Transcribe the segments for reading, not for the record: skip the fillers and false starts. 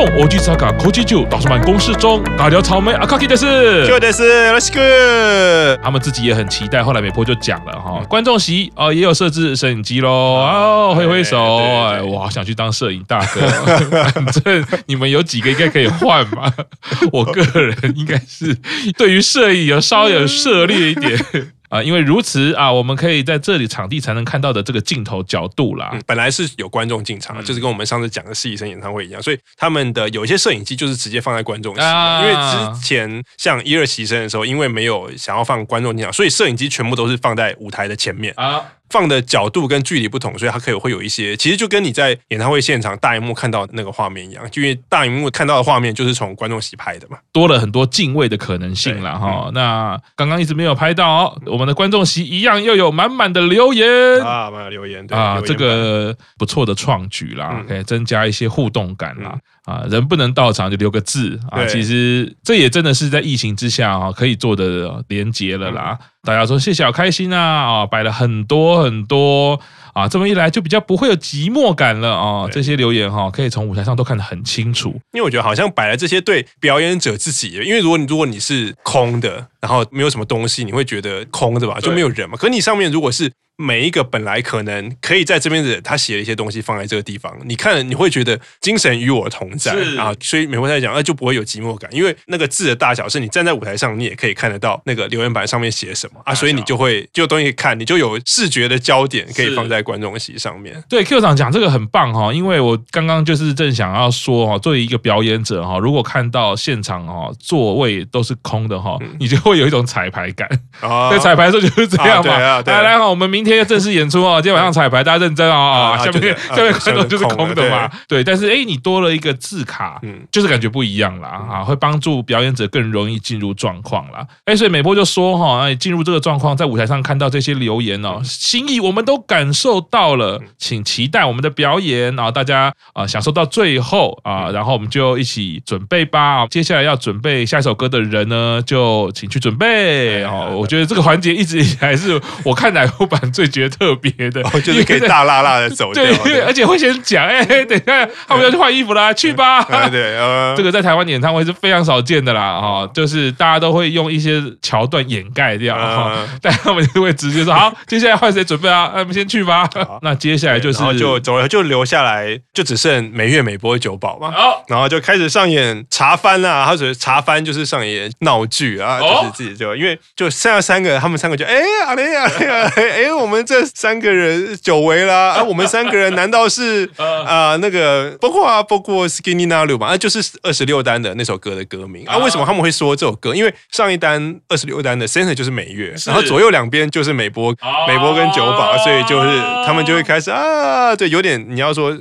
本オジサガコジジュ导出版公式中，尬聊草莓阿卡基的是， 就的是罗西哥， 他们自己也很期待。后来美波就讲了哈，观众席也有设置摄影机喽，挥挥手，我好想去当摄影大哥，反正你们有几个应该可以换嘛。我个人应该是对于摄影有稍有涉猎一点。因为如此我们可以在这里场地才能看到的这个镜头角度啦。 本来是有观众进场，就是跟我们上次讲的实习生演唱会一样，所以他们的有一些摄影机就是直接放在观众席，因为之前像1、2实习生的时候，因为没有想要放观众进场，所以摄影机全部都是放在舞台的前面放的角度跟距离不同，所以它会有一些，其实就跟你在演唱会现场大荧幕看到的那个画面一样，因为大荧幕看到的画面就是从观众席拍的嘛， 多了很多敬畏的可能性啦哈。那刚刚一直没有拍到我们的观众席一样又有满满的留言满满的留言这个不错的创举啦，可以增加一些互动感啦。人不能到场就留个字其实这也真的是在疫情之下可以做的连结了啦。大家说谢谢好开心摆了很多很多这么一来就比较不会有寂寞感了这些留言可以从舞台上都看得很清楚。 因为我觉得好像摆了这些对表演者自己，因为如果你是空的，然后没有什么东西，你会觉得空的吧，就没有人嘛。可你上面如果是每一个本来可能可以在这边的人，他写了一些东西放在这个地方，你看了你会觉得精神与我同在所以美国在讲就不会有寂寞感，因为那个字的大小是你站在舞台上你也可以看得到那个留言板上面写什么所以你就有东西看，你就有视觉的焦点可以放在观众席上面。 对 Q 长讲这个很棒因为我刚刚就是正想要说作为一个表演者如果看到现场座位都是空的你就会有一种彩排感在彩排的时候就是这样嘛来我们明天正式演出今天晚上彩排大家认真下面观众就是空的嘛。对，但是你多了一个字卡就是感觉不一样啦会帮助表演者更容易进入状况啦。所以美波就说进入这个状况，在舞台上看到这些留言心意我们都感受到了，请期待我们的表演大家享受到最后然后我们就一起准备吧。接下来要准备下一首歌的人呢，就请去准备我觉得这个环节一直以来是我看乃木坂最觉得特别的就是可以大辣辣的走掉对，而且会先讲等一下他们要去换衣服啦去吧对这个在台湾演唱会是非常少见的啦就是大家都会用一些桥段掩盖掉但他们就会直接说好，接下来换谁准备那我们先去吧那接下来就是然后就走了，就留下来就只剩美月美波久保嘛然后就开始上演茶番啦，他说茶番就是上演闹剧就是自己因为就剩下3个，他们3个就我们这3个人久违啦我们3个人难道是那个包括 Skinny Naru 嘛就是26单的那首歌的歌名为什么他们会说这首歌？因为上一单26单的 center 就是美月，然后左右两边就是美波跟久保，所以就是他们就会开始对，有点你要说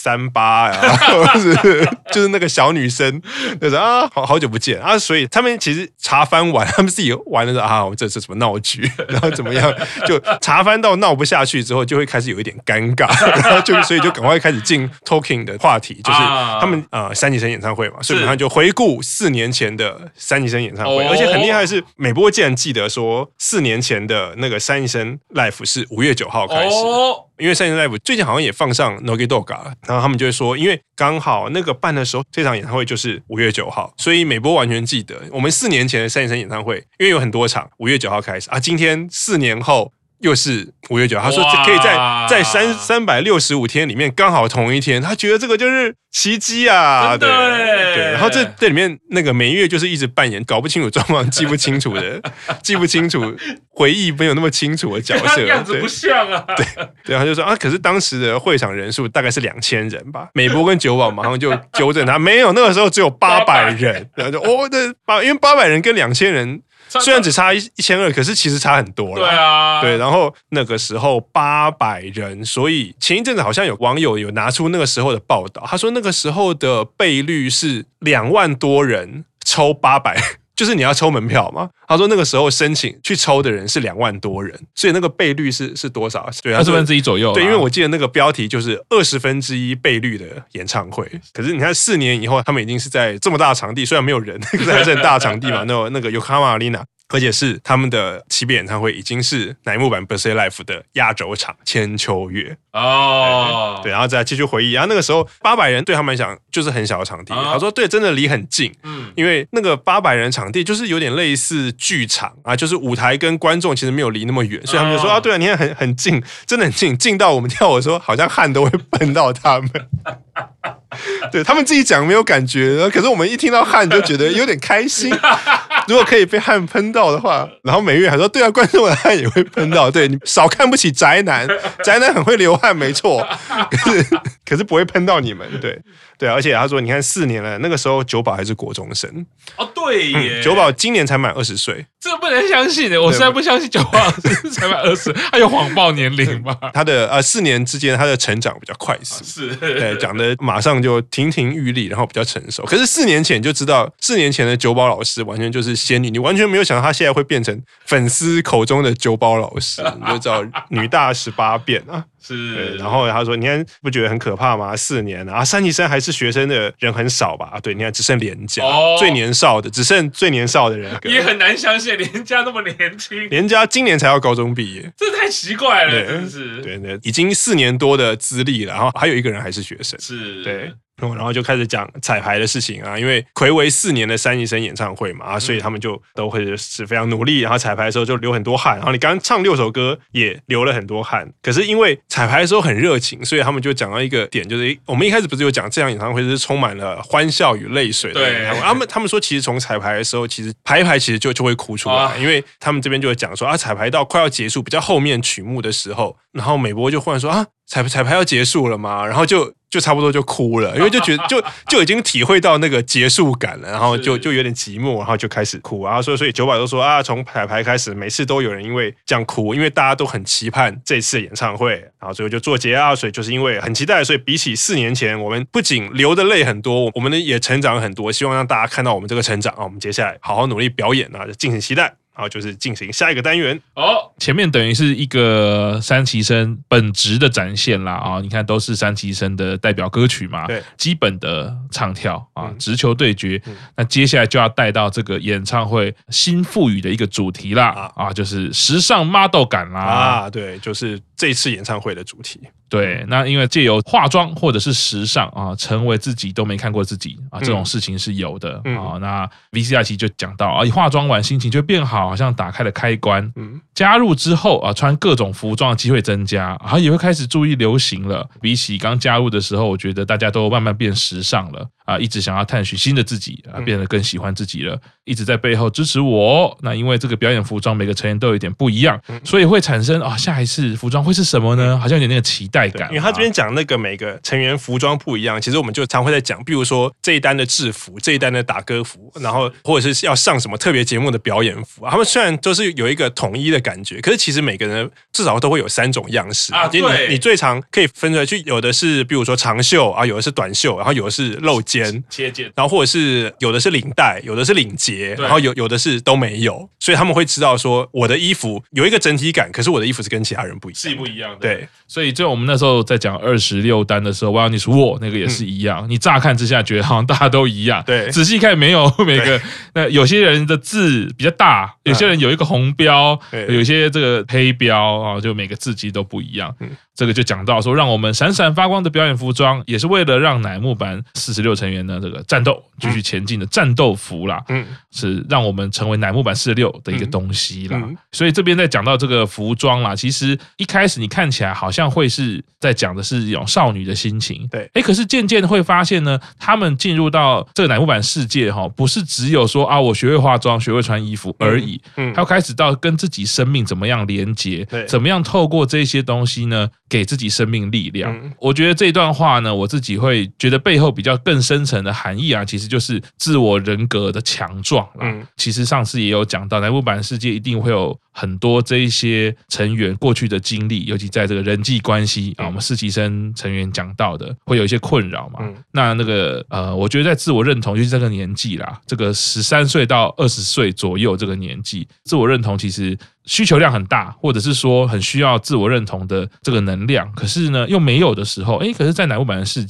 38就是那个小女生就是好久不见所以他们其实茶番完，他们自己玩的是这是什么闹剧，然后怎么样就茶番到闹不下去之后就会开始有一点尴尬然后所以就赶快开始进 talking 的话题，就是他们三级生演唱会嘛，所以他们就回顾4年前的三级生演唱会而且很厉害的是美波竟然记得说4年前的那个三级生 live 是5月9号开始因为三级生 live 最近好像也放上 Nogi Doga 了，然后他们就会说因为刚好那个办的时候这场演唱会就是5月9号，所以美波完全记得我们4年前的三级生演唱会因为有很多场5月9号开始今天4年后又是5月9号，他说可以在365天里面刚好同一天，他觉得这个就是奇迹真的对，然后这里面那个美月就是一直扮演搞不清楚状况记不清楚回忆没有那么清楚的角色， 样子不像对，他就说可是当时的会场人数大概是2000人吧，美波跟久保马上就纠正他没有，那个时候只有800人然后就因为800人跟2000人虽然只差1200，可是其实差很多了。对，然后那个时候800人，所以前一阵子好像有网友有拿出那个时候的报道，他说那个时候的倍率是2万多人抽800，就是你要抽门票嘛。他说那个时候申请去抽的人是2万多人，所以那个倍率是多少？对 ，1/20左右。 对，因为我记得那个标题就是1/20倍率的演唱会。可是你看4年以后，他们已经是在这么大的场地，虽然没有人，可是还是很大的场地嘛。那个 Yokohama Arena 而且是他们的期边演唱会已经是乃木坂 Birthday Live 的压轴场千秋月哦，对，然后再继续回忆，然后那个时候800人对他们来讲就是很小的场地，他说对，真的离很近，因为那个800人场地就是有点类似剧场啊，就是舞台跟观众其实没有离那么远，所以他们就说啊，对啊，你看很近，真的很近，近到我们跳舞的时候好像汗都会喷到他们。对，他们自己讲没有感觉，可是我们一听到汗就觉得有点开心。如果可以被汗喷到的话，然后美月还说对啊，观众的汗也会喷到，对，你少看不起宅男，宅男很会流汗没错，可是不会喷到你们。对，而且他说你看4年了，那个时候久保还是国中生哦，对耶， 久保今年才满20岁， 这不能相信的，我实在不相信久保才满20，他有谎报年龄吗？ 他的4年之间他的成长比较快速， 是， 对，讲的马上就亭亭玉立，然后比较成熟。可是4年前就知道，4年前的久保老师完全就是仙女，你完全没有想到他现在会变成粉丝口中的久保老师，你就知道女大18变啊。 是， 然后他说：“你看，不觉得很可怕吗？4年啊，三期生还是学生的人很少吧？对，你看只剩连家、最年少的，只剩最年少的人， 也很难相信连家那么年轻。 连家今年才要高中毕业， 这太奇怪了，真的是。 对，已经4年多的资历了，然后还有一个人还是学生， 是， 对。”然后就开始讲彩排的事情啊，因为睽违4年的3期生演唱会嘛，所以他们就都会是非常努力，然后彩排的时候就流很多汗，然后你刚刚唱6首歌也流了很多汗，可是因为彩排的时候很热情，所以他们就讲到一个点，就是我们一开始不是有讲这场演唱会是充满了欢笑与泪水的演唱会，他们说其实从彩排的时候，其实排一排其实就会哭出来，因为他们这边就会讲说啊，彩排到快要结束比较后面曲目的时候，然后美波就忽然说啊，彩排要结束了吗？然后就差不多就哭了，因为就觉得就已经体会到那个结束感了，然后就有点寂寞，然后就开始哭，然后所以久保都说啊，从彩排开始，每次都有人因为这样哭，因为大家都很期盼这次的演唱会，然后最后就做结啊，所以就是因为很期待，所以比起4年前，我们不仅流的泪很多，我们也成长很多，希望让大家看到我们这个成长啊，我们接下来好好努力表演啊，就敬请期待。然后就是进行下一个单元哦，前面等于是一个3期生本质的展现啦啊！你看都是3期生的代表歌曲嘛， 对， 基本的唱跳啊，直球对决。那接下来就要带到这个演唱会新赋予的一个主题啦啊，就是时尚 model 感啦啊，对，就是这次演唱会的主题。 对，那因为借由化妆或者是时尚啊，成为自己都没看过自己啊，这种事情是有的啊。那 VCR 其实就讲到啊，化妆完心情就变好，好像打开了开关。加入之后啊，穿各种服装的机会增加，然后也会开始注意流行了。比起刚加入的时候，我觉得大家都慢慢变时尚了啊，一直想要探寻新的自己啊，变得更喜欢自己了，一直在背后支持我。那因为这个表演服装每个成员都有点不一样，所以会产生啊，下一次服装会是什么呢？好像有点那个期待。 因为他这边讲那个每个成员服装不一样，其实我们就常会在讲，比如说这一单的制服，这一单的打歌服，然后或者是要上什么特别节目的表演服，他们虽然都是有一个统一的感觉，可是其实每个人至少都会有3种样式啊。对，你最常可以分出来，就有的是比如说长袖啊，有的是短袖，然后有的是露肩、 切肩， 然后或者是有的是领带，有的是领结，然后有的是都没有，所以他们会知道说我的衣服有一个整体感，可是我的衣服是跟其他人不一样， 是不一样的。 对， 所以就我们那时候在讲26单的时候 ，Wellness War 那个也是一样。你乍看之下觉得好像大家都一样， 对， 仔细看没有每个。那有些人的字比较大，有些人有一个红标，有些这个黑标啊，就每个字其实都不一样。这个就讲到说，让我们闪闪发光的表演服装，也是为了让乃木坂46成员的这个战斗继续前进的战斗服啦，是让我们成为乃木坂46的一个东西啦。所以这边在讲到这个服装啦，其实一开始你看起来好像会是在讲的是一种少女的心情， 对， 可是渐渐会发现呢，他们进入到这个乃木坂世界哈，不是只有说啊我学会化妆、学会穿衣服而已，他开始到跟自己生命怎么样连结，怎么样透过这些东西呢，给自己生命力量。我觉得这段话呢，我自己会觉得背后比较更深层的含义啊，其实就是自我人格的强壮啦。其实上次也有讲到，乃木坂世界一定会有很多这一些成员过去的经历，尤其在这个人际关系啊，我们4期生成员讲到的，会有一些困扰嘛。那个我觉得在自我认同，尤其这个年纪啦，这个13岁到20岁左右这个年纪，自我认同其实需求量很大，或者是说很需要自我认同的这个能量，可是呢又没有的时候，可是在乃木坂的世界，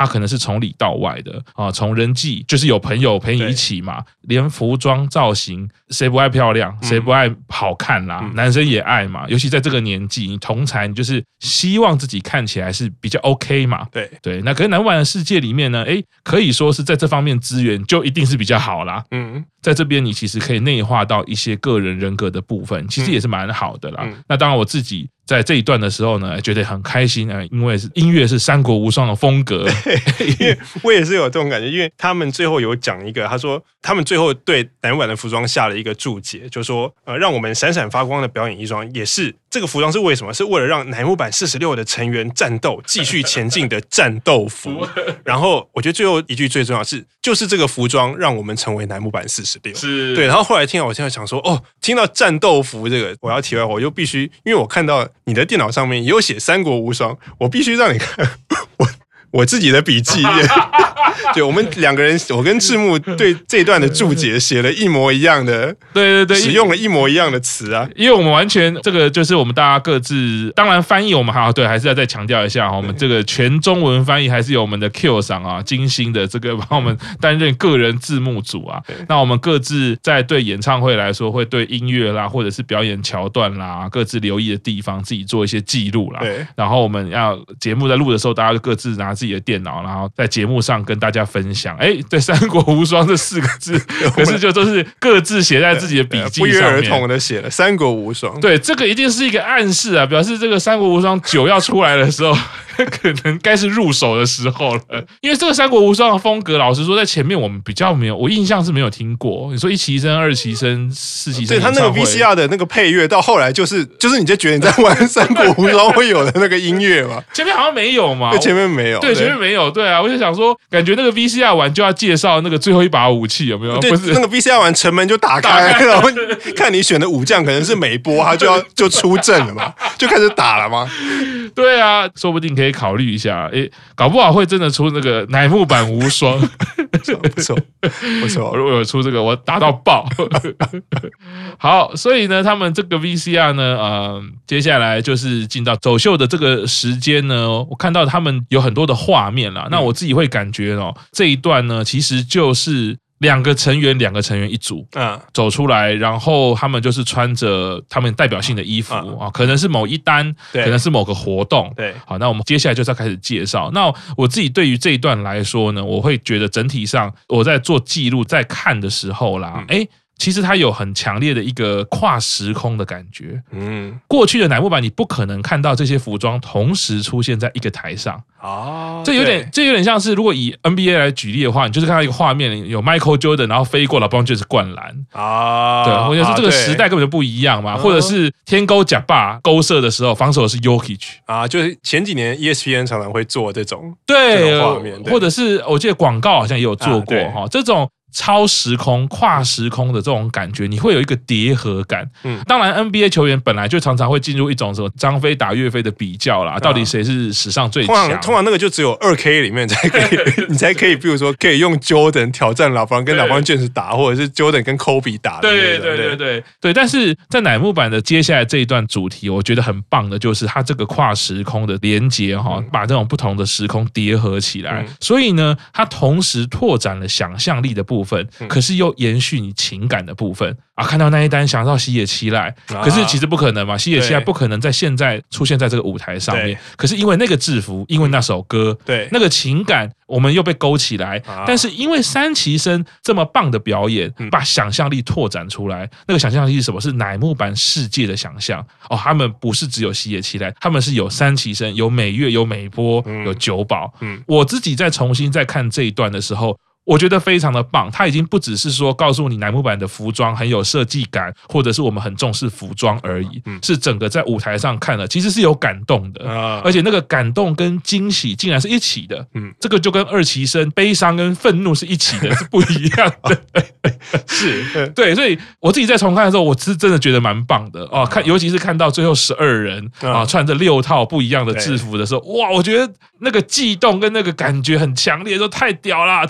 它可能是从里到外的啊，从人际就是有朋友陪你一起嘛，连服装造型，谁不爱漂亮，谁不爱好看啦，男生也爱嘛，尤其在这个年纪，你同才你就是希望自己看起来是比较 OK 嘛，对，那可是南木板的世界里面呢，可以说是在这方面资源就一定是比较好啦，在这边你其实可以内化到一些个人人格的部分，其实也是蛮好的啦。那当然我自己在这一段的时候呢，觉得很开心啊，因为音乐是三国无双的风格。 因为我也是有这种感觉，因为他们最后有讲一个，他说他们最后对乃木坂的服装下了一个注解，就说让我们闪闪发光的表演衣装，也是这个服装是为什么？是为了让乃木坂46的成员战斗，继续前进的战斗服。然后我觉得最后一句最重要是，就是这个服装让我们成为乃木坂46。 是对，然后后来我现在想说，听到战斗服这个，我要题外话，我就必须，因为我看到你的电脑上面也有写三国无双，我必须让你看我自己的笔记。就我们两个人，我跟赤木对这一段的注解写了一模一样的，对，使用了一模一样的词啊。 因为我们完全这个就是我们大家各自，当然翻译我们还是要再强调一下，我们这个全中文翻译还是由我们的 Q 赏啊精心的这个帮我们担任个人字幕组啊。那我们各自在对演唱会来说，会对音乐啦或者是表演桥段啦，各自留意的地方自己做一些记录啦。然后我们要节目在录的时候，大家就各自拿自己的电脑，然后在节目上跟大家分享。对，三国无双这4个字，可是就都是各自写在自己的笔记上面，不约而同的写了三国无双。 对，这个一定是一个暗示啊，表示这个三国无双9要出来的时候，可能该是入手的时候了。因为这个三国无双的风格，老实说，在前面我们比较没有，我印象是没有听过。你说1期生、2期生、4期生， 对他那个 VCR 的那个配乐，到后来就是你就觉得你在玩三国无双会有的那个音乐嘛？ 前面好像没有嘛？ 对，前面没有。 对，前面没有。对啊，我就想说，感觉那个 VCR 完就要介绍那个最后一把武器，有没有？ 对， 不是那个 VCR 完城门就打开，然后看你选的武将可能是美波，他就出阵了嘛，就开始打了嘛。 对啊，说不定可以考虑一下，搞不好会真的出那个乃木坂无双。 不错。 如果有出这个，我打到爆。好，所以呢，他们这个 VCR 呢，接下来就是进到走秀的这个时间呢，我看到他们有很多的画面啦。那我自己会感觉这一段呢，其实就是两个成员一组，走出来，然后他们就是穿着他们代表性的衣服啊，可能是某一单，可能是某个活动， 对， 好，那我们接下来就是要开始介绍。那我自己对于这一段来说呢，我会觉得整体上我在做记录在看的时候啦，其实它有很强烈的一个跨时空的感觉。过去的乃木坂你不可能看到这些服装同时出现在一个台上。这有点像是，如果以 NBA 来举例的话，你就是看到一个画面，有 Michael Jordan 然后飞过LeBron James灌篮对，或者是这个时代根本就不一样嘛，或者是天勾假霸勾射的时候，防守的是 Jokic 就是前几年 ESPN 常常会做这种画面， 或者是我记得广告好像也有做过这种超时空、跨时空的这种感觉，你会有一个叠合感。当然 NBA 球员本来就常常会进入一种什么张飞打岳飞的比较啦，到底谁是史上最强？ 通常那个就只有2K 里面才可以，你才可以，比如说可以用 Jordan 挑战LeBron跟LeBron James 打，或者是 Jordan 跟 Kobe 打的。 对。但是在乃木坂的接下来这一段主题，我觉得很棒的就是它这个跨时空的连结把这种不同的时空叠合起来。所以呢，它同时拓展了想象力的部分，可是又延续你情感的部分啊！看到那一单想到西野七濑，可是其实不可能嘛，西野七濑不可能在现在出现在这个舞台上面。可是因为那个制服，因为那首歌，那个情感，我们又被勾起来。但是因为三期生这么棒的表演，把想象力拓展出来。那个想象力是什么？是乃木坂世界的想象他们不是只有西野七濑，他们是有三期生，有美月，有美波，有久保。我自己在重新再看这一段的时候，我觉得非常的棒，它已经不只是说告诉你乃木坂的服装很有设计感，或者是我们很重视服装而已，是整个在舞台上看了其实是有感动的，而且那个感动跟惊喜竟然是一起的，这个就跟2期生悲伤跟愤怒是一起的，是不一样的。是，对，所以我自己在重看的时候，我是真的觉得蛮棒的尤其是看到最后12人穿着6套不一样的制服的时候，哇，我觉得那个悸动跟那个感觉很强烈，说太屌啦，太棒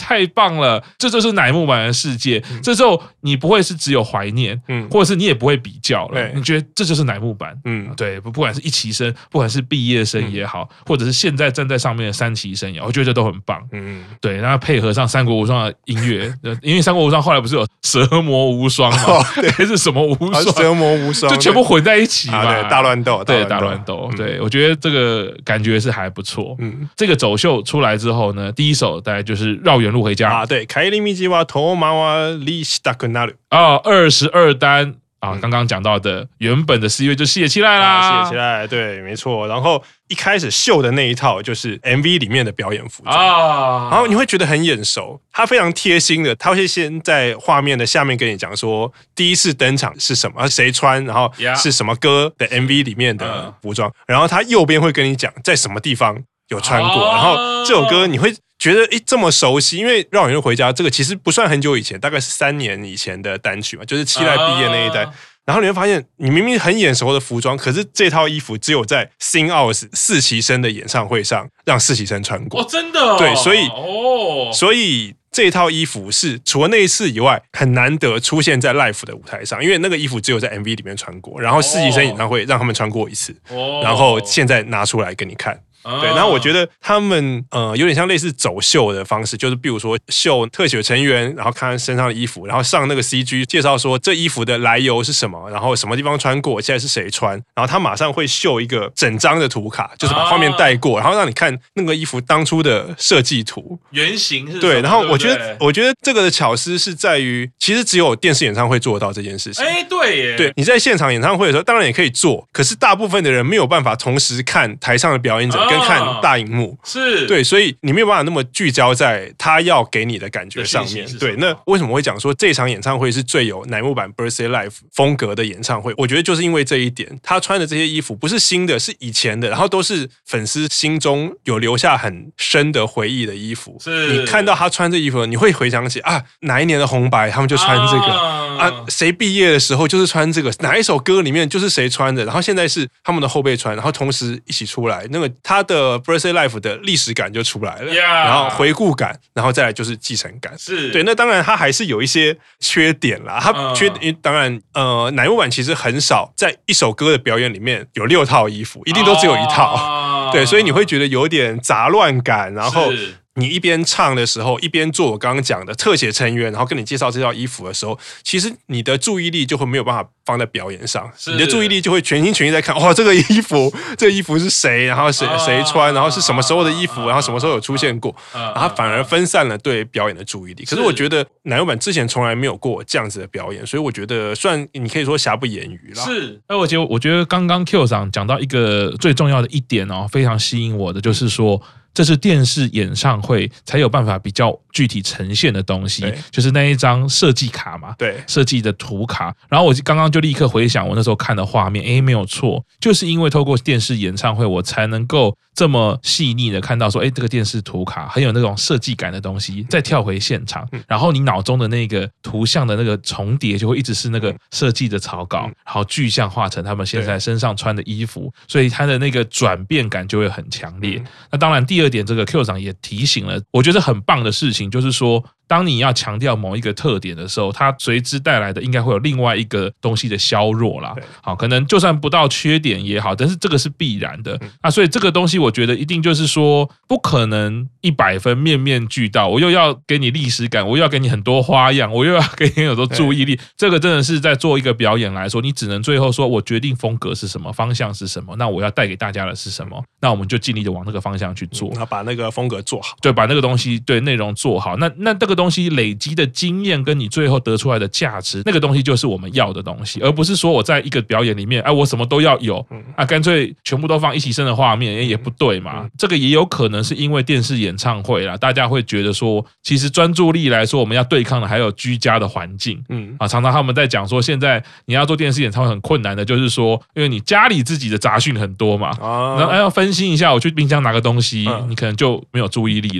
棒了，这就是乃木坂的世界。这时候你不会是只有怀念，或者是你也不会比较了，你觉得这就是乃木坂，对，不管是一期生，不管是毕业生也好，或者是现在站在上面的3期生也好，我觉得这都很棒，对，然后配合上三国无双的音乐，因为三国无双后来不是有蛇魔无双嘛，还是什么无双， 蛇魔无双， 就全部混在一起嘛， 对，大乱斗， 对，大乱斗，对，我觉得这个感觉是还不错。这个走秀出来之后呢，第一首大概就是绕远路回家啊，对，帰り道は遠回りしたくなる啊，22单。刚刚讲到的原本的4月就写起来啦， 写起来，对，没错。然后一开始秀的那一套就是 MV 里面的表演服装然后你会觉得很眼熟，他非常贴心的，他会先在画面的下面跟你讲说第一次登场是什么，谁穿，然后是什么歌的 MV 里面的服装，然后他右边会跟你讲在什么地方有穿过，然后这首歌你会觉得这么熟悉，因为绕远路回家这个其实不算很久以前，大概是3年以前的单曲嘛，就是7代毕业那一代。然后你会发现，你明明很眼熟的服装，可是这套衣服只有在 Sing-Out 4期生的演唱会上让4期生穿过。 真的对，所以这套衣服是除了那一次以外，很难得出现在 Live 的舞台上，因为那个衣服只有在 MV 里面穿过，然后4期生演唱会让他们穿过一次，然后现在拿出来给你看。对，然后我觉得他们有点像类似走秀的方式，就是比如说秀特许成员，然后看身上的衣服，然后上那个 CG 介绍说这衣服的来由是什么，然后什么地方穿过，现在是谁穿，然后他马上会秀一个整张的图卡，就是把画面带过，然后让你看那个衣服当初的设计图原型是什么。 对，然后我觉得这个的巧思是在于，其实只有电视演唱会做得到这件事情。 对耶， 对，你在现场演唱会的时候，当然也可以做，可是大部分的人没有办法同时看台上的表演者。跟看大荧幕是对，所以你没有办法那么聚焦在他要给你的感觉上面。对，那为什么会讲说这场演唱会是最有乃木坂 Birthday Live 风格的演唱会？我觉得就是因为这一点，他穿的这些衣服不是新的，是以前的，然后都是粉丝心中有留下很深的回忆的衣服。 是你看到他穿这衣服，你会回想起哪一年的红白他们就穿这个谁毕业的时候就是穿这个，哪一首歌里面就是谁穿的，然后现在是他们的后辈穿，然后同时一起出来，那个他的 Birthday Life 的历史感就出来了，然后回顾感，然后再来就是继承感。 是对，那当然他还是有一些缺点啦，他当然乃木坂其实很少在一首歌的表演里面有6套衣服，一定都只有1套，对，所以你会觉得有点杂乱感，然后你一边唱的时候，一边做我刚刚讲的特写成员，然后跟你介绍这套衣服的时候，其实你的注意力就会没有办法放在表演上，你的注意力就会全心全意在看，哇，这个衣服是谁，然后谁穿，然后是什么时候的衣服，然后什么时候有出现过，然后反而分散了对表演的注意力。可是我觉得乃木坂之前从来没有过这样子的表演，所以我觉得算你可以说瑕不掩瑜啦。 是，我觉得刚刚 Q 长讲到一个最重要的一点非常吸引我的，就是说。这是电视演唱会才有办法比较具体呈现的东西，就是那一张设计卡嘛， 对， 设计的图卡。然后我刚刚就立刻回想我那时候看的画面，没有错，就是因为透过电视演唱会，我才能够这么细腻的看到说，这个电视图卡很有那种设计感的东西。再跳回现场，然后你脑中的那个图像的那个重叠，就会一直是那个设计的草稿，然后具象化成他们现在身上穿的衣服，所以它的那个转变感就会很强烈。那当然，第二点，这个 Q 长也提醒了，我觉得很棒的事情，就是说，当你要强调某一个特点的时候，它随之带来的应该会有另外一个东西的削弱啦。好，可能就算不到缺点也好，但是这个是必然的。所以这个东西我觉得一定就是说，不可能100分面面俱到，我又要给你历史感，我又要给你很多花样，我又要给你很多注意力。这个真的是在做一个表演来说，你只能最后说我决定风格是什么，方向是什么，那我要带给大家的是什么，那我们就尽力的往那个方向去做， 把那个风格做好， 对，把那个东西对内容做好。那这个东西累积的经验跟你最后得出来的价值，那个东西就是我们要的东西，而不是说我在一个表演里面，我什么都要有，干脆全部都放一起生的画面，也不对嘛。这个也有可能是因为电视演唱会啦，大家会觉得说，其实专注力来说，我们要对抗的还有居家的环境，常常他们在讲说，现在你要做电视演唱会很困难的，就是说，因为你家里自己的杂讯很多嘛，然后要分析一下，我去冰箱拿个东西，你可能就没有注意力了哈。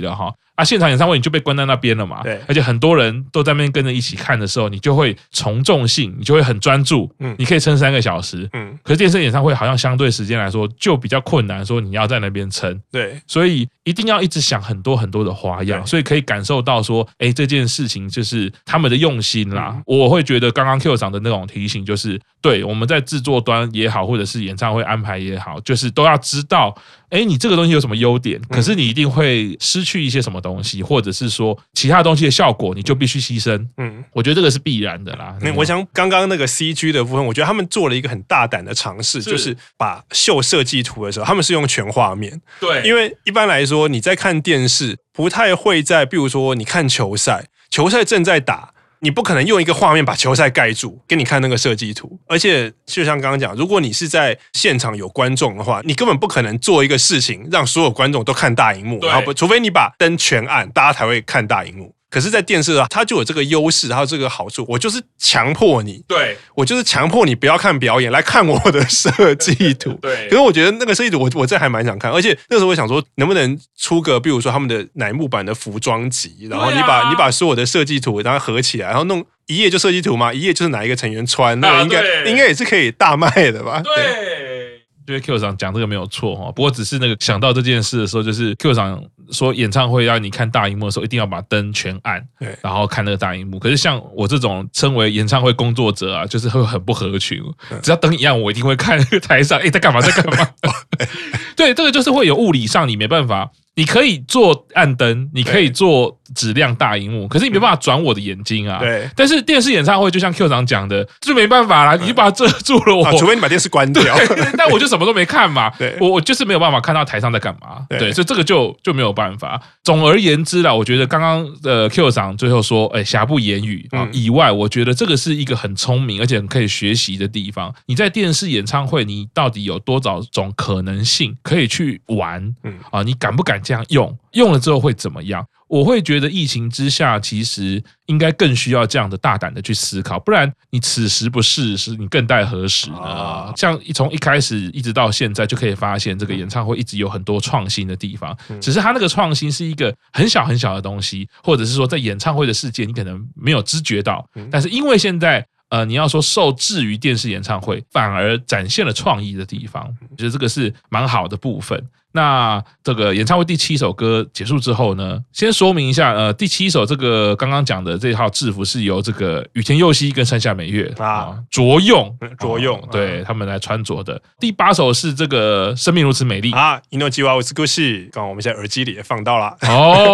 现场演唱会你就被关在那边了嘛， 对， 而且很多人都在那边跟着一起看的时候，你就会从众性，你就会很专注，你可以撑3个小时，可是电视演唱会好像相对时间来说就比较困难，说你要在那边撑， 对， 所以一定要一直想很多很多的花样，所以可以感受到说，这件事情就是他们的用心啦。我会觉得刚刚 Q 长的那种提醒，就是对我们在制作端也好，或者是演唱会安排也好，就是都要知道，你这个东西有什么优点，可是你一定会失去一些什么东西，或者是说其他东西的效果，你就必须牺牲。我觉得这个是必然的啦。 我想刚刚那个 CG 的部分，我觉得他们做了一个很大胆的尝试，就是把秀设计图的时候，他们是用全画面。 对， 因为一般来说你在看电视，不太会在，比如说你看球赛正在打。你不可能用一个画面把球赛盖住，给你看那个设计图。而且就像刚刚讲，如果你是在现场有观众的话，你根本不可能做一个事情让所有观众都看大荧幕，然后除非你把灯全暗，大家才会看大荧幕。可是，在电视上，它就有这个优势，还有这个好处。我就是强迫你， 对， 我就是强迫你不要看表演，来看我的设计图。 对， 可是我觉得那个设计图，我这还蛮想看。而且那时候我想说，能不能出个，比如说他们的乃木坂的服装集，然后你把所有的设计图然后合起来，然后弄一页就设计图嘛，一页就是哪一个成员穿，那个应该也是可以大卖的吧？ 对。因为 Q 长讲这个没有错哈，不过只是那个想到这件事的时候，就是 Q 长说演唱会让你看大荧幕的时候，一定要把灯全暗，然后看那个大荧幕。可是像我这种身为演唱会工作者啊，就是会很不合群，只要灯一暗，我一定会看那个台上，在干嘛，在干嘛。对，这个就是会有物理上你没办法。你可以做暗灯，你可以做质量大荧幕，可是你没办法转我的眼睛啊。 对。 但是电视演唱会就像 Q 长讲的，就没办法啦，你就把它遮住了我。 除非你把电视关掉。 但我就什么都没看嘛。我就是没有办法看到台上在干嘛。对，所以这个就没有办法。总而言之啦，我觉得刚刚的 Q 长最后说，瑕不掩瑜以外，我觉得这个是一个很聪明而且很可以学习的地方。你在电视演唱会，你到底有多少种可能性可以去玩？你敢不敢这样用了之后会怎么样？我会觉得疫情之下，其实应该更需要这样的大胆的去思考，不然你此时不试，是你更待何时呢？像从一开始一直到现在，就可以发现这个演唱会一直有很多创新的地方，只是它那个创新是一个很小很小的东西，或者是说在演唱会的世界你可能没有知觉到，但是因为现在你要说受制于电视演唱会，反而展现了创意的地方，我觉得这个是蛮好的部分。那这个演唱会第7首歌结束之后呢，先说明一下，第7首这个刚刚讲的这套制服是由这个羽田佑希跟山下美月着用，对他们来穿着的。第8首是这个生命如此美丽命は美しい，刚刚我们在耳机里也放到了。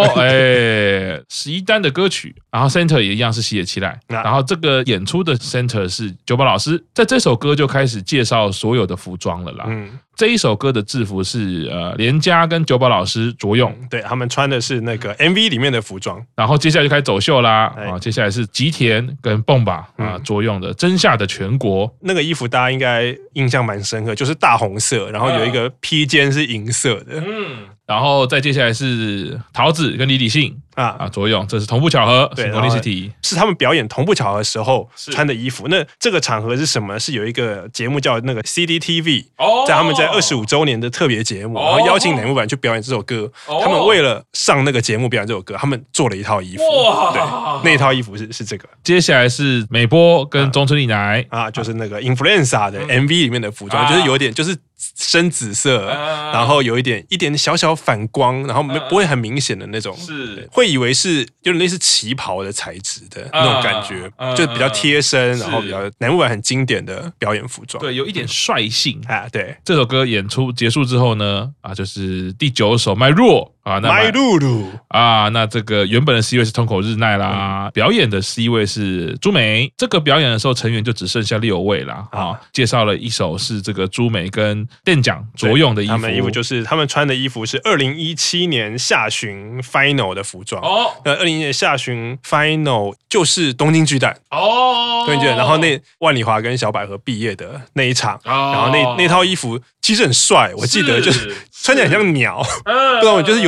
11单的歌曲，然后 center 也一样是西野七濑，然后这个演出的 center 是久保老师，在这首歌就开始介绍所有的服装了啦。这一首歌的制服是连家跟久保老师着用， 对，他们穿的是那个 MV 里面的服装， 然后接下来就开始走秀啦，接下来是吉田跟蹦吧着用的真夏的全国， 那个衣服大家应该印象蛮深刻，就是大红色，然后有一个披肩是银色的， 然后再接下来是桃子跟李李信着用，这是同步巧合， 对 ，Synchronicity 是他们表演同步巧合的时候穿的衣服。那这个场合是什么？是有一个节目叫那个 CDTV，在他们在25周年的特别节目，然后邀请乃木坂去表演这首歌。他们为了上那个节目表演这首歌，他们做了一套衣服。对，那一套衣服是这个。 接下来是美波跟中村丽乃就是那个 Influenza 的 MV 里面的服装，就是有点就是深紫色，然后有一点小小反光，然后不会很明显的那种，是会以为是有点类似旗袍的材质的那种感觉，就比较贴身，然后比较乃木坂很经典的表演服装， 对，有一点率性对， 这首歌演出结束之后呢，就是第9首 My Rule。 My Rule 那这个原本的 C 位是通口日奈啦，表演的 C 位是朱美。这个表演的时候成员就只剩下6位啦。介绍了一首是这个朱美跟店长着用的衣服， 他们衣服就是他们穿的衣服是2017年下旬 Final 的服装。2017年下旬 Final 就是东京巨蛋东京巨蛋，然后那万里华跟小百合毕业的那一场，然后那套衣服其实很帅，我记得就是穿起来很像鸟，不知道就是有一点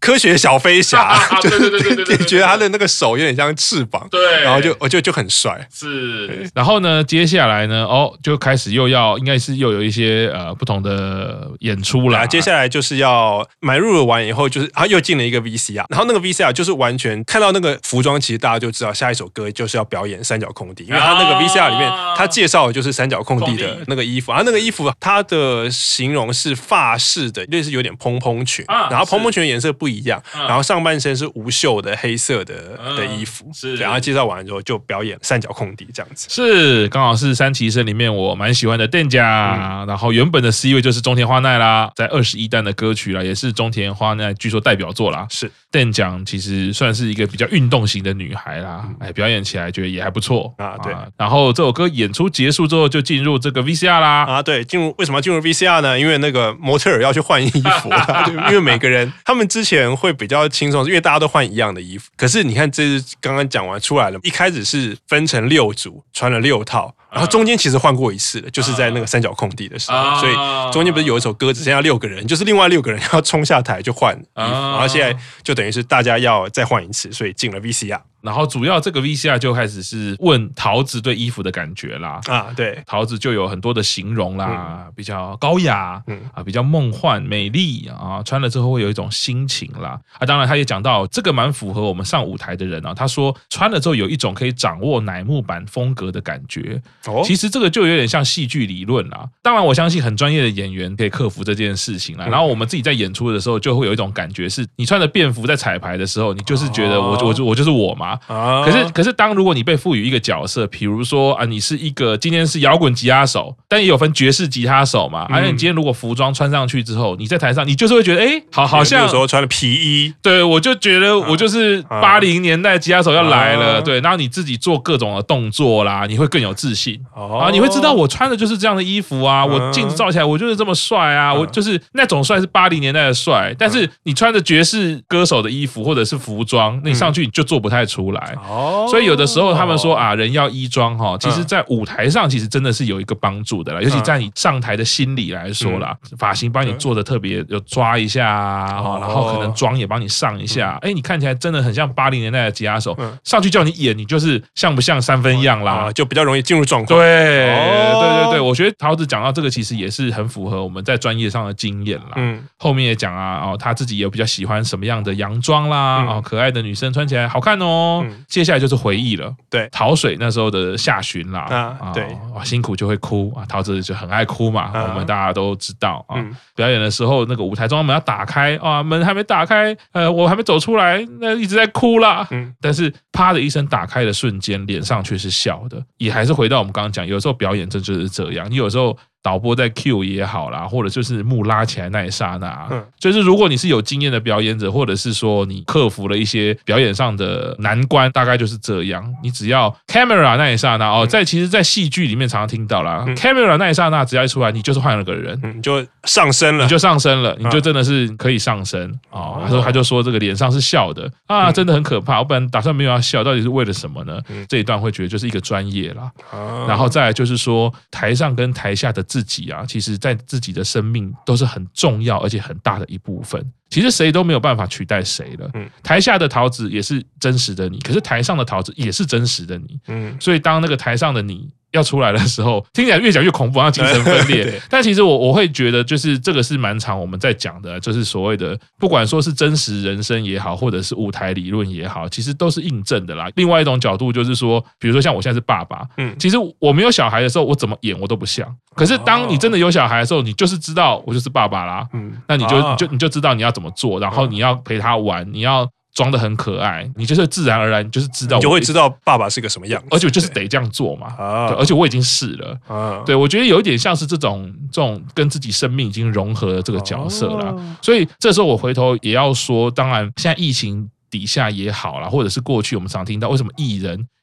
科学小飞侠， 对， 觉得他的那个手有点像翅膀， 对， 然后就很帅。 是，然后呢，接下来呢，就开始应该是又有一些不同的演出啦。 接下来就是要买入了完以后，就是又进了一个 VCR， 然后那个 VCR 就是完全看到那个服装，其实大家就知道下一首歌就是要表演三角空地，因为他那个 VCR 里面他介绍的就是三角空地的那个衣服，那个衣服它的形容是法式的，类似有点蓬蓬裙，然后蓬蓬裙的颜色不一样，然后上半身是无袖的黑色的衣服，然后介绍完之后就表演三角空地这样子， 是刚好是三期生里面我蛮喜欢的店家，然后原本的 C 位就是中田花奈啦，在21弹的歌曲啦，也是中田花奈据说代表作啦， 是店长其实算是一个比较运动型的女孩啦，表演起来觉得也还不错啊，对， 然后这首歌演出结束之后就进入这个 VCR 啦， 对，为什么要进入 VCR 呢？因为那个模特儿要去换衣服，因为每个人他们之前会比较轻松，因为大家都换一样的衣服。可是你看，这是刚刚讲完出来了，一开始是分成6组，穿了6套，然后中间其实换过一次的，就是在那个三角空地的时候，所以中间不是有一首歌只剩下6个人，就是另外6个人要冲下台就换衣服，然后现在就等于是大家要再换一次，所以进了 VCR。 然后主要这个 VCR 就开始是问桃子对衣服的感觉啦， 对， 桃子就有很多的形容啦，比较高雅，比较梦幻美丽啊，穿了之后会有一种心情啦，当然他也讲到这个蛮符合我们上舞台的人啊，他说穿了之后有一种可以掌握乃木坂风格的感觉，其实这个就有点像戏剧理论啦，当然我相信很专业的演员可以克服这件事情啦，然后我们自己在演出的时候就会有一种感觉是，你穿着便服在彩排的时候，你就是觉得我就是我嘛。可是当如果你被赋予一个角色，比如说你是一个今天是摇滚吉他手，但也有分爵士吉他手嘛，你今天如果服装穿上去之后，你在台上你就是会觉得好像有时候穿了皮衣， 对，我就觉得我就是80年代吉他手要来了，对，然后你自己做各种的动作啦，你会更有自信你会知道我穿的就是这样的衣服啊，我镜子照起来我就是这么帅啊，我就是那种帅是80年代的帅，但是你穿着爵士歌手的衣服或者是服装，那你上去你就做不太出来。所以有的时候他们说人要衣装其实在舞台上其实真的是有一个帮助的啦，尤其在你上台的心理来说啦，发型帮你做的特别有抓一下然后可能妆也帮你上一下，你看起来真的很像80年代的吉他手，上去叫你演，你就是像不像三分样啦， 就比较容易进入状况。 对，我觉得桃子讲到这个其实也是很符合我们在专业上的经验啦。后面也讲他自己也比较喜欢什么样的洋装啦，可爱的女生穿起来好看哦。接下来就是回忆了， 对， 桃水那时候的下旬啦， 对， 辛苦就会哭桃子就很爱哭嘛，我们大家都知道表演的时候那个舞台中门要打开门还没打开，我还没走出来，那一直在哭啦，但是啪的一声打开的瞬间，脸上却是笑的，也还是回到我们刚刚讲，有时候表演真就是这样，你有时候导播在 Q 也好啦，或者就是幕拉起来那一刹那，就是如果你是有经验的表演者，或者是说你克服了一些表演上的难关，大概就是这样。你只要 camera 那一刹那其实在戏剧里面常常听到啦，camera 那一刹那只要一出来，你就是换了个人， 你就上升了， 你就真的是可以上升他就说这个脸上是笑的真的很可怕。我本来打算没有要笑，到底是为了什么呢？这一段会觉得就是一个专业啦，然后再来就是说台上跟台下的自己其实在自己的生命都是很重要而且很大的一部分。其实谁都没有办法取代谁了。台下的桃子也是真实的你，可是台上的桃子也是真实的你。所以当那个台上的你要出来的时候，听起来越讲越恐怖，像精神分裂。但其实我会觉得，就是这个是蛮常我们在讲的，就是所谓的不管说是真实人生也好，或者是舞台理论也好，其实都是印证的啦。另外一种角度就是说，比如说像我现在是爸爸，其实我没有小孩的时候，我怎么演我都不像。可是当你真的有小孩的时候，你就是知道我就是爸爸啦。那你就知道你要怎么做，然后你要陪他玩，你要装得很可爱，你就是自然而然就是知道， 你就会知道爸爸是个什么样子， 而且就是得这样做嘛。对，而且我已经是了。对，我觉得有一点像是这种跟自己生命已经融合的这个角色啦。所以这时候我回头也要说，当然现在疫情底下也好啦，或者是过去我们常听到为什么艺人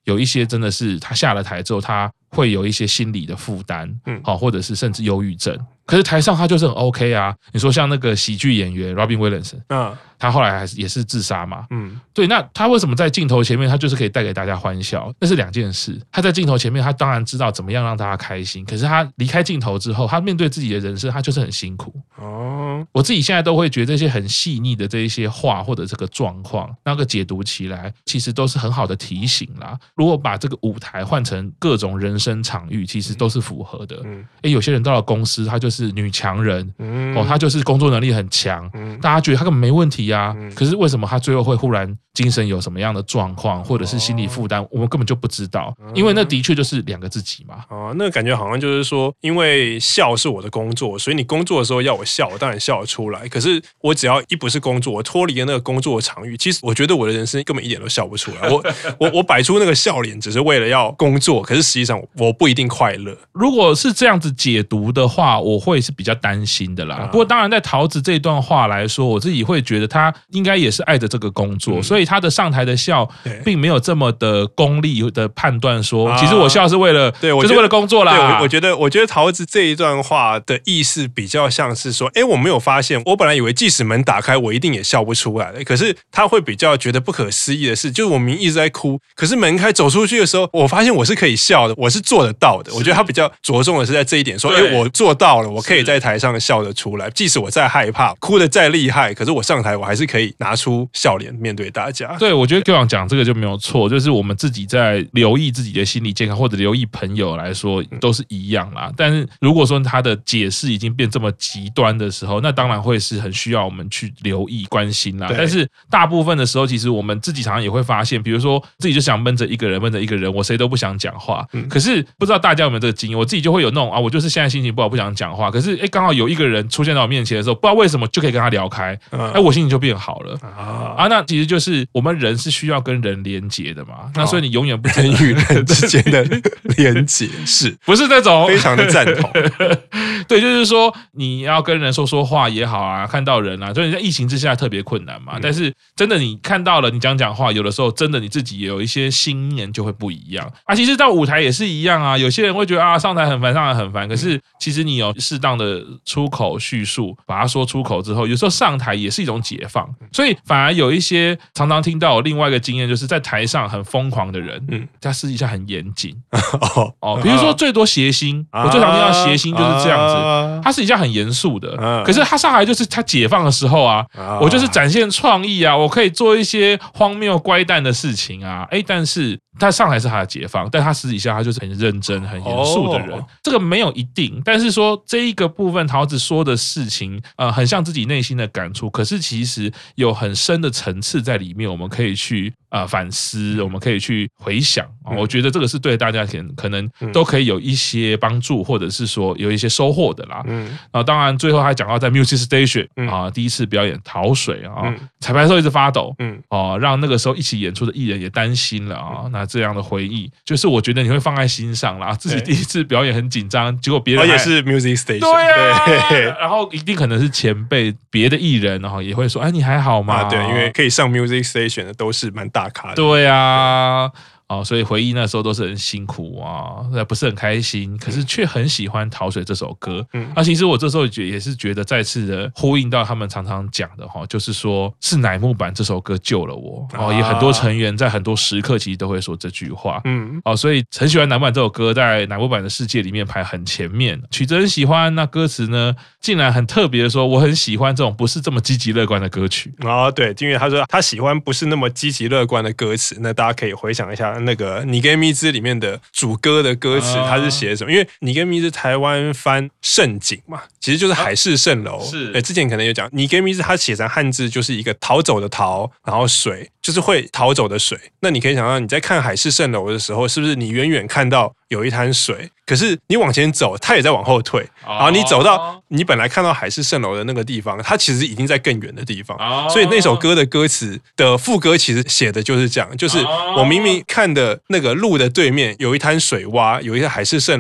有一些真的是他下了台之后，他会有一些心理的负担，或者是甚至忧郁症。可是台上他就是很 OK 啊。你说像那个喜剧演员 Robin Williams，他后来也是自杀嘛，对，那他为什么在镜头前面他就是可以带给大家欢笑？那是两件事。他在镜头前面，他当然知道怎么样让大家开心，可是他离开镜头之后，他面对自己的人生，他就是很辛苦。我自己现在都会觉得这些很细腻的这一些话或者这个状况，那个解读起来其实都是很好的提醒啦。如果把这个舞台换成各种人生场域，其实都是符合的。有些人到了公司，他就是女强人，他就是工作能力很强，大家觉得他根本没问题啊。可是为什么他最后会忽然精神有什么样的状况，或者是心理负担，我们根本就不知道，因为那的确就是两个自己嘛。 那个感觉好像就是说，因为笑是我的工作，所以你工作的时候要我笑，我当然笑得出来。可是我只要一不是工作，我脱离了那个工作的场域，其实我觉得我的人生根本一点都笑不出来。我摆出那个笑脸，只是为了要工作，可是实际上我不一定快乐。 如果是这样子解读的话，我会是比较担心的啦。不过当然，在桃子这一段话来说，我自己会觉得他应该也是爱着这个工作，所以他的上台的笑并没有这么的功利的判断说，其实我笑是为了，就是为了工作啦。 对，我觉得桃子这一段话的意思比较像是说，我没有发现，我本来以为即使门打开，我一定也笑不出来的。可是他会比较觉得不可思议的是，就是我明明一直在哭，可是门开走出去的时候，我发现我是可以笑的，我是做得到的。我觉得他比较着重的是在这一点，说，我做到了，我可以在台上笑得出来，即使我再害怕，哭得再厉害，可是我上台我还是可以拿出笑脸面对大家。 对，我觉得 Q 长讲这个就没有错，就是我们自己在留意自己的心理健康，或者留意朋友来说，都是一样啦。但是如果说他的解释已经变这么极端的时候，那当然会是很需要我们去留意关心啦。但是大部分的时候，其实我们自己常常也会发现，比如说自己就想闷着一个人，我谁都不想讲话。可是不知道大家有没有这个经验，我自己就会有那种我就是现在心情不好，不想讲话。可是刚好有一个人出现在我面前的时候，不知道为什么就可以跟他聊开，我心情就变好了。那其实就是我们人是需要跟人连结的嘛。那所以你永远不人与人之间的连结，是不是那种非常的赞同？ 对，就是说你要跟人说话也好啊，看到人啊，所以你在疫情之下特别困难嘛。但是真的你看到了，你讲话，有的时候真的你自己也有一些心念就会不一样啊。其实到舞台也是一样啊，有些人会觉得上台很烦，上台很烦，可是其实你有适当的出口叙述，把它说出口之后，有时候上台也是一种解放。所以反而有一些常常听到另外一个经验，就是在台上很疯狂的人，他私底下很严谨。比如说最多谐星，我最常听到谐星就是这样子，他私底下很严肃的，可是他上台就是他解放的时候啊，我就是展现创意啊，我可以做一些荒谬乖诞的事情啊，但是他上台是他的解放，但他私底下他就是很认真很严肃的人。这个没有一定，但是说这一个部分桃子说的事情很像自己内心的感触，可是其实有很深的层次在里面，我们可以去反思，我们可以去回想。我觉得这个是对大家可能都可以有一些帮助，或者是说有一些收获的啦。当然最后还讲到在 Music Station 第一次表演逃水彩排的时候一直发抖，让那个时候一起演出的艺人也担心了那这样的回忆，就是我觉得你会放在心上啦。自己第一次表演很紧张，结果别人也是 Music Station， 对，然后一定可能是前辈别的艺人，然后也会说你还好吗？ 对，因为可以上 Music Station 的都是蛮大咖的。 对啊。所以回忆那时候都是很辛苦不是很开心，可是却很喜欢《逃水》这首歌。其实我这时候也是觉得再次的呼应到他们常常讲的就是说是乃木坂这首歌救了我也很多成员在很多时刻其实都会说这句话。所以很喜欢乃木坂这首歌，在乃木坂的世界里面排很前面，曲子很喜欢，那歌词呢竟然很特别的说我很喜欢这种不是这么积极乐观的歌曲。 对，因为他说他喜欢不是那么积极乐观的歌词，那大家可以回想一下那个你跟咪之里面的主歌的歌词，他是写什么？因为你跟咪之台湾翻盛景嘛，其实就是海市蜃楼。是，之前可能有讲，你跟咪之他写成汉字就是一个逃走的逃，然后水就是会逃走的水。那你可以想到你在看海市蜃楼的时候，是不是你远远看到有一滩水，可是你往前走，它也在往后退，然后你走到你本来看到海市蜃楼的那个地方，它其实已经在更远的地方。所以那首歌的歌词的副歌其实写的就是这样，就是我明明看的那个路的对面有一滩水洼，有一个海市蜃楼，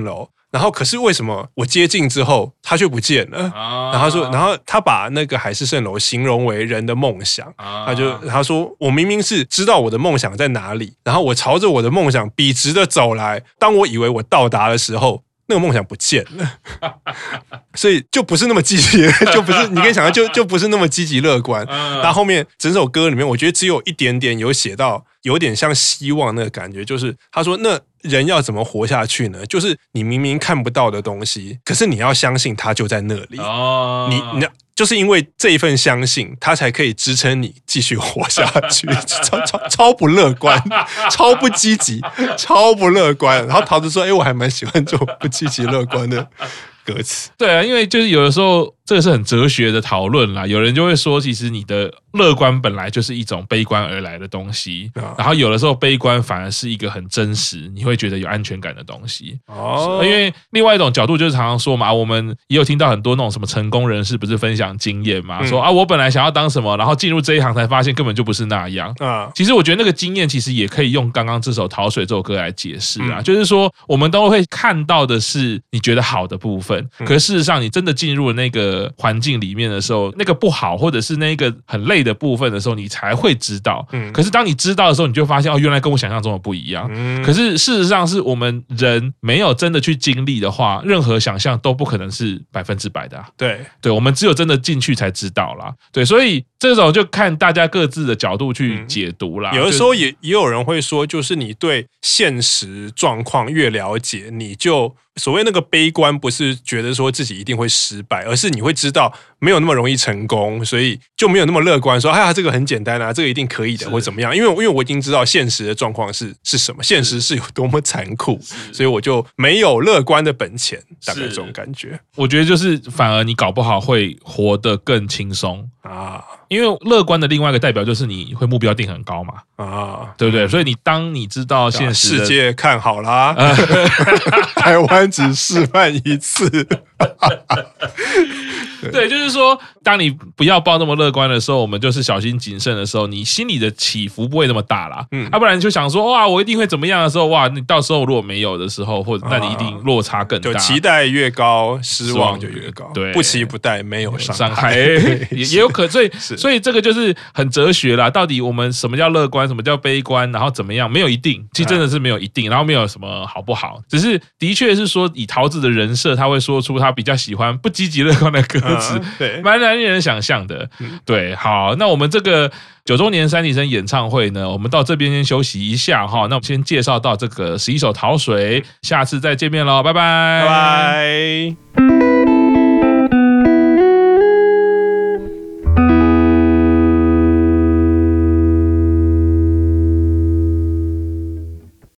然后可是为什么我接近之后它却不见了？然后他把那个海市蜃楼形容为人的梦想，他说我明明是知道我的梦想在哪里，然后我朝着我的梦想笔直的走来，当我以为我到达的时候，那个梦想不见了，所以就不是那么积极，就不是你可以想象就不是那么积极乐观。那后面整首歌里面，我觉得只有一点点有写到有点像希望那个感觉，就是他说那人要怎么活下去呢？就是你明明看不到的东西，可是你要相信它就在那里。你就是因为这一份相信，它才可以支撑你继续活下去。超不乐观，超不积极，超不乐观。然后桃子说：“我还蛮喜欢这种不积极乐观的歌词。” 对啊，因为就是有的时候这个是很哲学的讨论啦。有人就会说，其实你的乐观本来就是一种悲观而来的东西，然后有的时候悲观反而是一个很真实，你会觉得有安全感的东西。因为另外一种角度就是常常说嘛，我们也有听到很多那种什么成功人士不是分享经验嘛，说我本来想要当什么，然后进入这一行才发现根本就不是那样。其实我觉得那个经验其实也可以用刚刚这首《逃水》这首歌来解释啊，就是说我们都会看到的是你觉得好的部分，可是事实上你真的进入了那个环境里面的时候，那个不好或者是那个很累的部分的时候，你才会知道。可是当你知道的时候，你就发现原来跟我想象中的不一样。可是事实上是我们人没有真的去经历的话，任何想象都不可能是100%的。对，我们只有真的进去才知道啦。对，所以这种就看大家各自的角度去解读啦。 有的时候也有人会说，就是你对现实状况越了解，你就所谓那个悲观，不是觉得说自己一定会失败，而是你会知道没有那么容易成功，所以就没有那么乐观说这个很简单啊，这个一定可以的或怎么样。因为我已经知道现实的状况是什么，现实是有多么残酷，所以我就没有乐观的本钱，大概这种感觉。 我觉得就是反而你搞不好会活得更轻松啊。因为乐观的另外一个代表就是你会目标定很高嘛，对不对？所以当你知道现实世界看好啦，台湾只示范一次。 对，就是说，当你不要抱那么乐观的时候，我们就是小心谨慎的时候，你心里的起伏不会那么大啦。要不然你就想说，哇，我一定会怎么样的时候，哇，你到时候如果没有的时候，或者那你一定落差更大。 就期待越高，失望就越高。对，不期不待，没有伤害， 也有可所以这个就是很哲学啦。到底我们什么叫乐观，什么叫悲观，然后怎么样，没有一定，其实真的是没有一定，然后没有什么好不好，只是的确是说，以桃子的人设，他会说出他比较喜欢不积极乐观的歌词，蛮难令人想象的。对，好，那我们这个9周年三级生演唱会呢，我们到这边先休息一下哈。那我们先介绍到这个11首《逃水》，下次再见面喽，拜拜， 拜拜。